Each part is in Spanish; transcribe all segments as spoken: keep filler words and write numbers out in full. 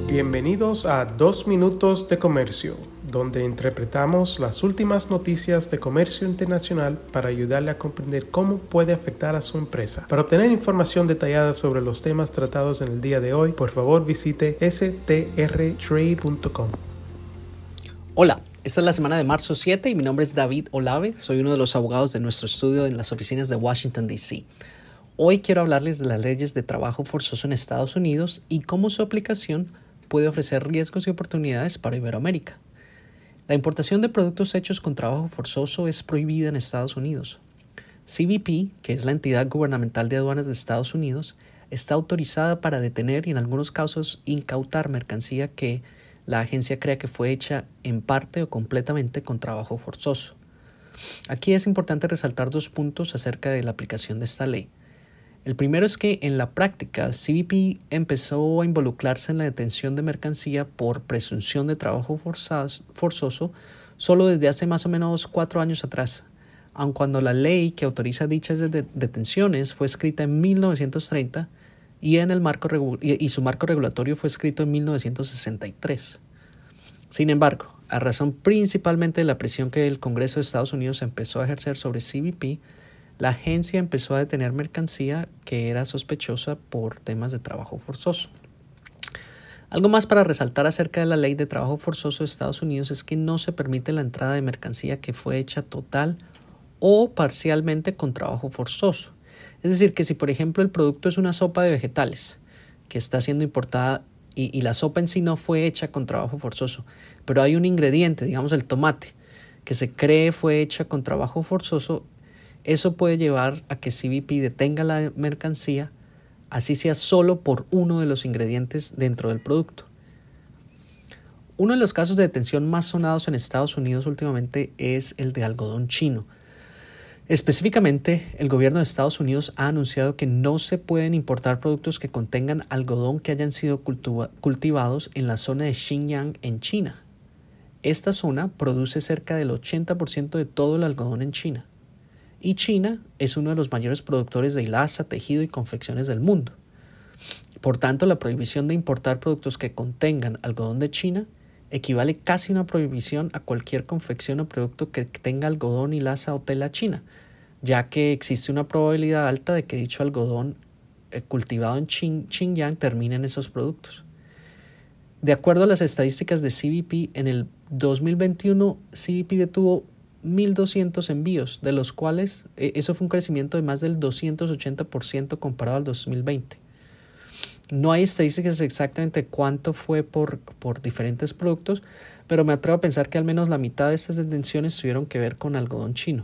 Bienvenidos a Dos Minutos de Comercio, donde interpretamos las últimas noticias de comercio internacional para ayudarle a comprender cómo puede afectar a su empresa. Para obtener información detallada sobre los temas tratados en el día de hoy, por favor visite s t r trade punto com. Hola, esta es la semana de marzo siete y mi nombre es David Olave. Soy uno de los abogados de nuestro estudio en las oficinas de Washington, D C Hoy quiero hablarles de las leyes de trabajo forzoso en Estados Unidos y cómo su aplicación puede ofrecer riesgos y oportunidades para Iberoamérica. La importación de productos hechos con trabajo forzoso es prohibida en Estados Unidos. C B P, que es la entidad gubernamental de aduanas de Estados Unidos, está autorizada para detener y en algunos casos incautar mercancía que la agencia crea que fue hecha en parte o completamente con trabajo forzoso. Aquí es importante resaltar dos puntos acerca de la aplicación de esta ley. El primero es que en la práctica C B P empezó a involucrarse en la detención de mercancía por presunción de trabajo forzoso solo desde hace más o menos cuatro años atrás, aun cuando la ley que autoriza dichas de- detenciones fue escrita en mil novecientos treinta y, en el marco regu- y, y su marco regulatorio fue escrito en mil novecientos sesenta y tres. Sin embargo, a razón principalmente de la presión que el Congreso de Estados Unidos empezó a ejercer sobre C B P, la agencia empezó a detener mercancía que era sospechosa por temas de trabajo forzoso. Algo más para resaltar acerca de la ley de trabajo forzoso de Estados Unidos es que no se permite la entrada de mercancía que fue hecha total o parcialmente con trabajo forzoso. Es decir, que si por ejemplo el producto es una sopa de vegetales que está siendo importada y, y la sopa en sí no fue hecha con trabajo forzoso, pero hay un ingrediente, digamos el tomate, que se cree fue hecha con trabajo forzoso, eso puede llevar a que C B P detenga la mercancía, así sea solo por uno de los ingredientes dentro del producto. Uno de los casos de detención más sonados en Estados Unidos últimamente es el de algodón chino. Específicamente, el gobierno de Estados Unidos ha anunciado que no se pueden importar productos que contengan algodón que hayan sido cultiva- cultivados en la zona de Xinjiang en China. Esta zona produce cerca del ochenta por ciento de todo el algodón en China. Y China es uno de los mayores productores de hilaza, tejido y confecciones del mundo. Por tanto, la prohibición de importar productos que contengan algodón de China equivale casi a una prohibición a cualquier confección o producto que tenga algodón, hilaza o tela china, ya que existe una probabilidad alta de que dicho algodón eh, cultivado en Xinjiang termine en esos productos. De acuerdo a las estadísticas de C B P, en el dos mil veintiuno C B P detuvo mil doscientos envíos, de los cuales eh, eso fue un crecimiento de más del doscientos ochenta por ciento comparado al dos mil veinte. No hay estadísticas exactamente cuánto fue por, por diferentes productos, pero me atrevo a pensar que al menos la mitad de estas detenciones tuvieron que ver con algodón chino.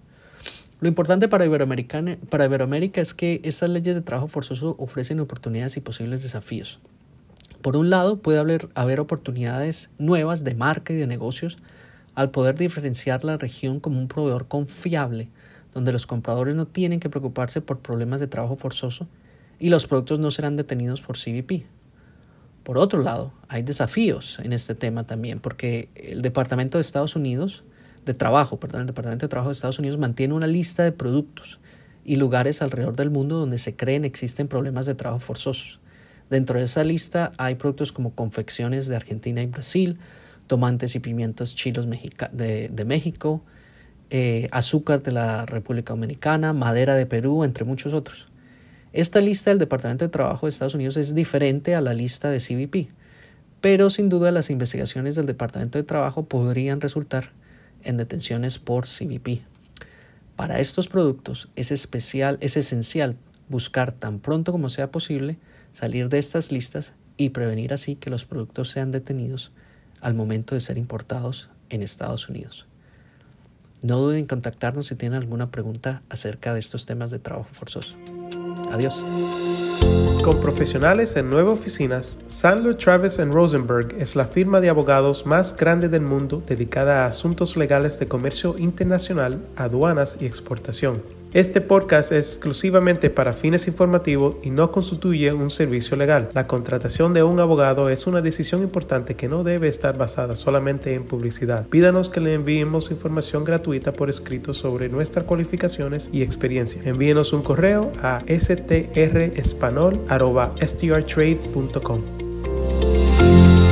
Lo importante para Iberoamérica, para Iberoamérica es que estas leyes de trabajo forzoso ofrecen oportunidades y posibles desafíos. Por un lado, puede haber, haber oportunidades nuevas de marca y de negocios al poder diferenciar la región como un proveedor confiable, donde los compradores no tienen que preocuparse por problemas de trabajo forzoso y los productos no serán detenidos por C B P. Por otro lado, hay desafíos en este tema también, porque el Departamento de Estados Unidos de Trabajo, perdón, el Departamento de Trabajo de Estados Unidos mantiene una lista de productos y lugares alrededor del mundo donde se creen existen problemas de trabajo forzosos. Dentro de esa lista hay productos como confecciones de Argentina y Brasil, tomates y pimientos chilos mexica- de, de México, eh, azúcar de la República Dominicana, madera de Perú, entre muchos otros. Esta lista del Departamento de Trabajo de Estados Unidos es diferente a la lista de C B P, pero sin duda las investigaciones del Departamento de Trabajo podrían resultar en detenciones por C B P. Para estos productos es, especial, es esencial buscar tan pronto como sea posible salir de estas listas y prevenir así que los productos sean detenidos al momento de ser importados en Estados Unidos. No duden en contactarnos si tienen alguna pregunta acerca de estos temas de trabajo forzoso. Adiós. Con profesionales en nueve oficinas, Sandler, Travis and Rosenberg es la firma de abogados más grande del mundo dedicada a asuntos legales de comercio internacional, aduanas y exportación. Este podcast es exclusivamente para fines informativos y no constituye un servicio legal. La contratación de un abogado es una decisión importante que no debe estar basada solamente en publicidad. Pídanos que le enviemos información gratuita por escrito sobre nuestras cualificaciones y experiencia. Envíenos un correo a s t r espanol arroba s t r trade punto com. Bye.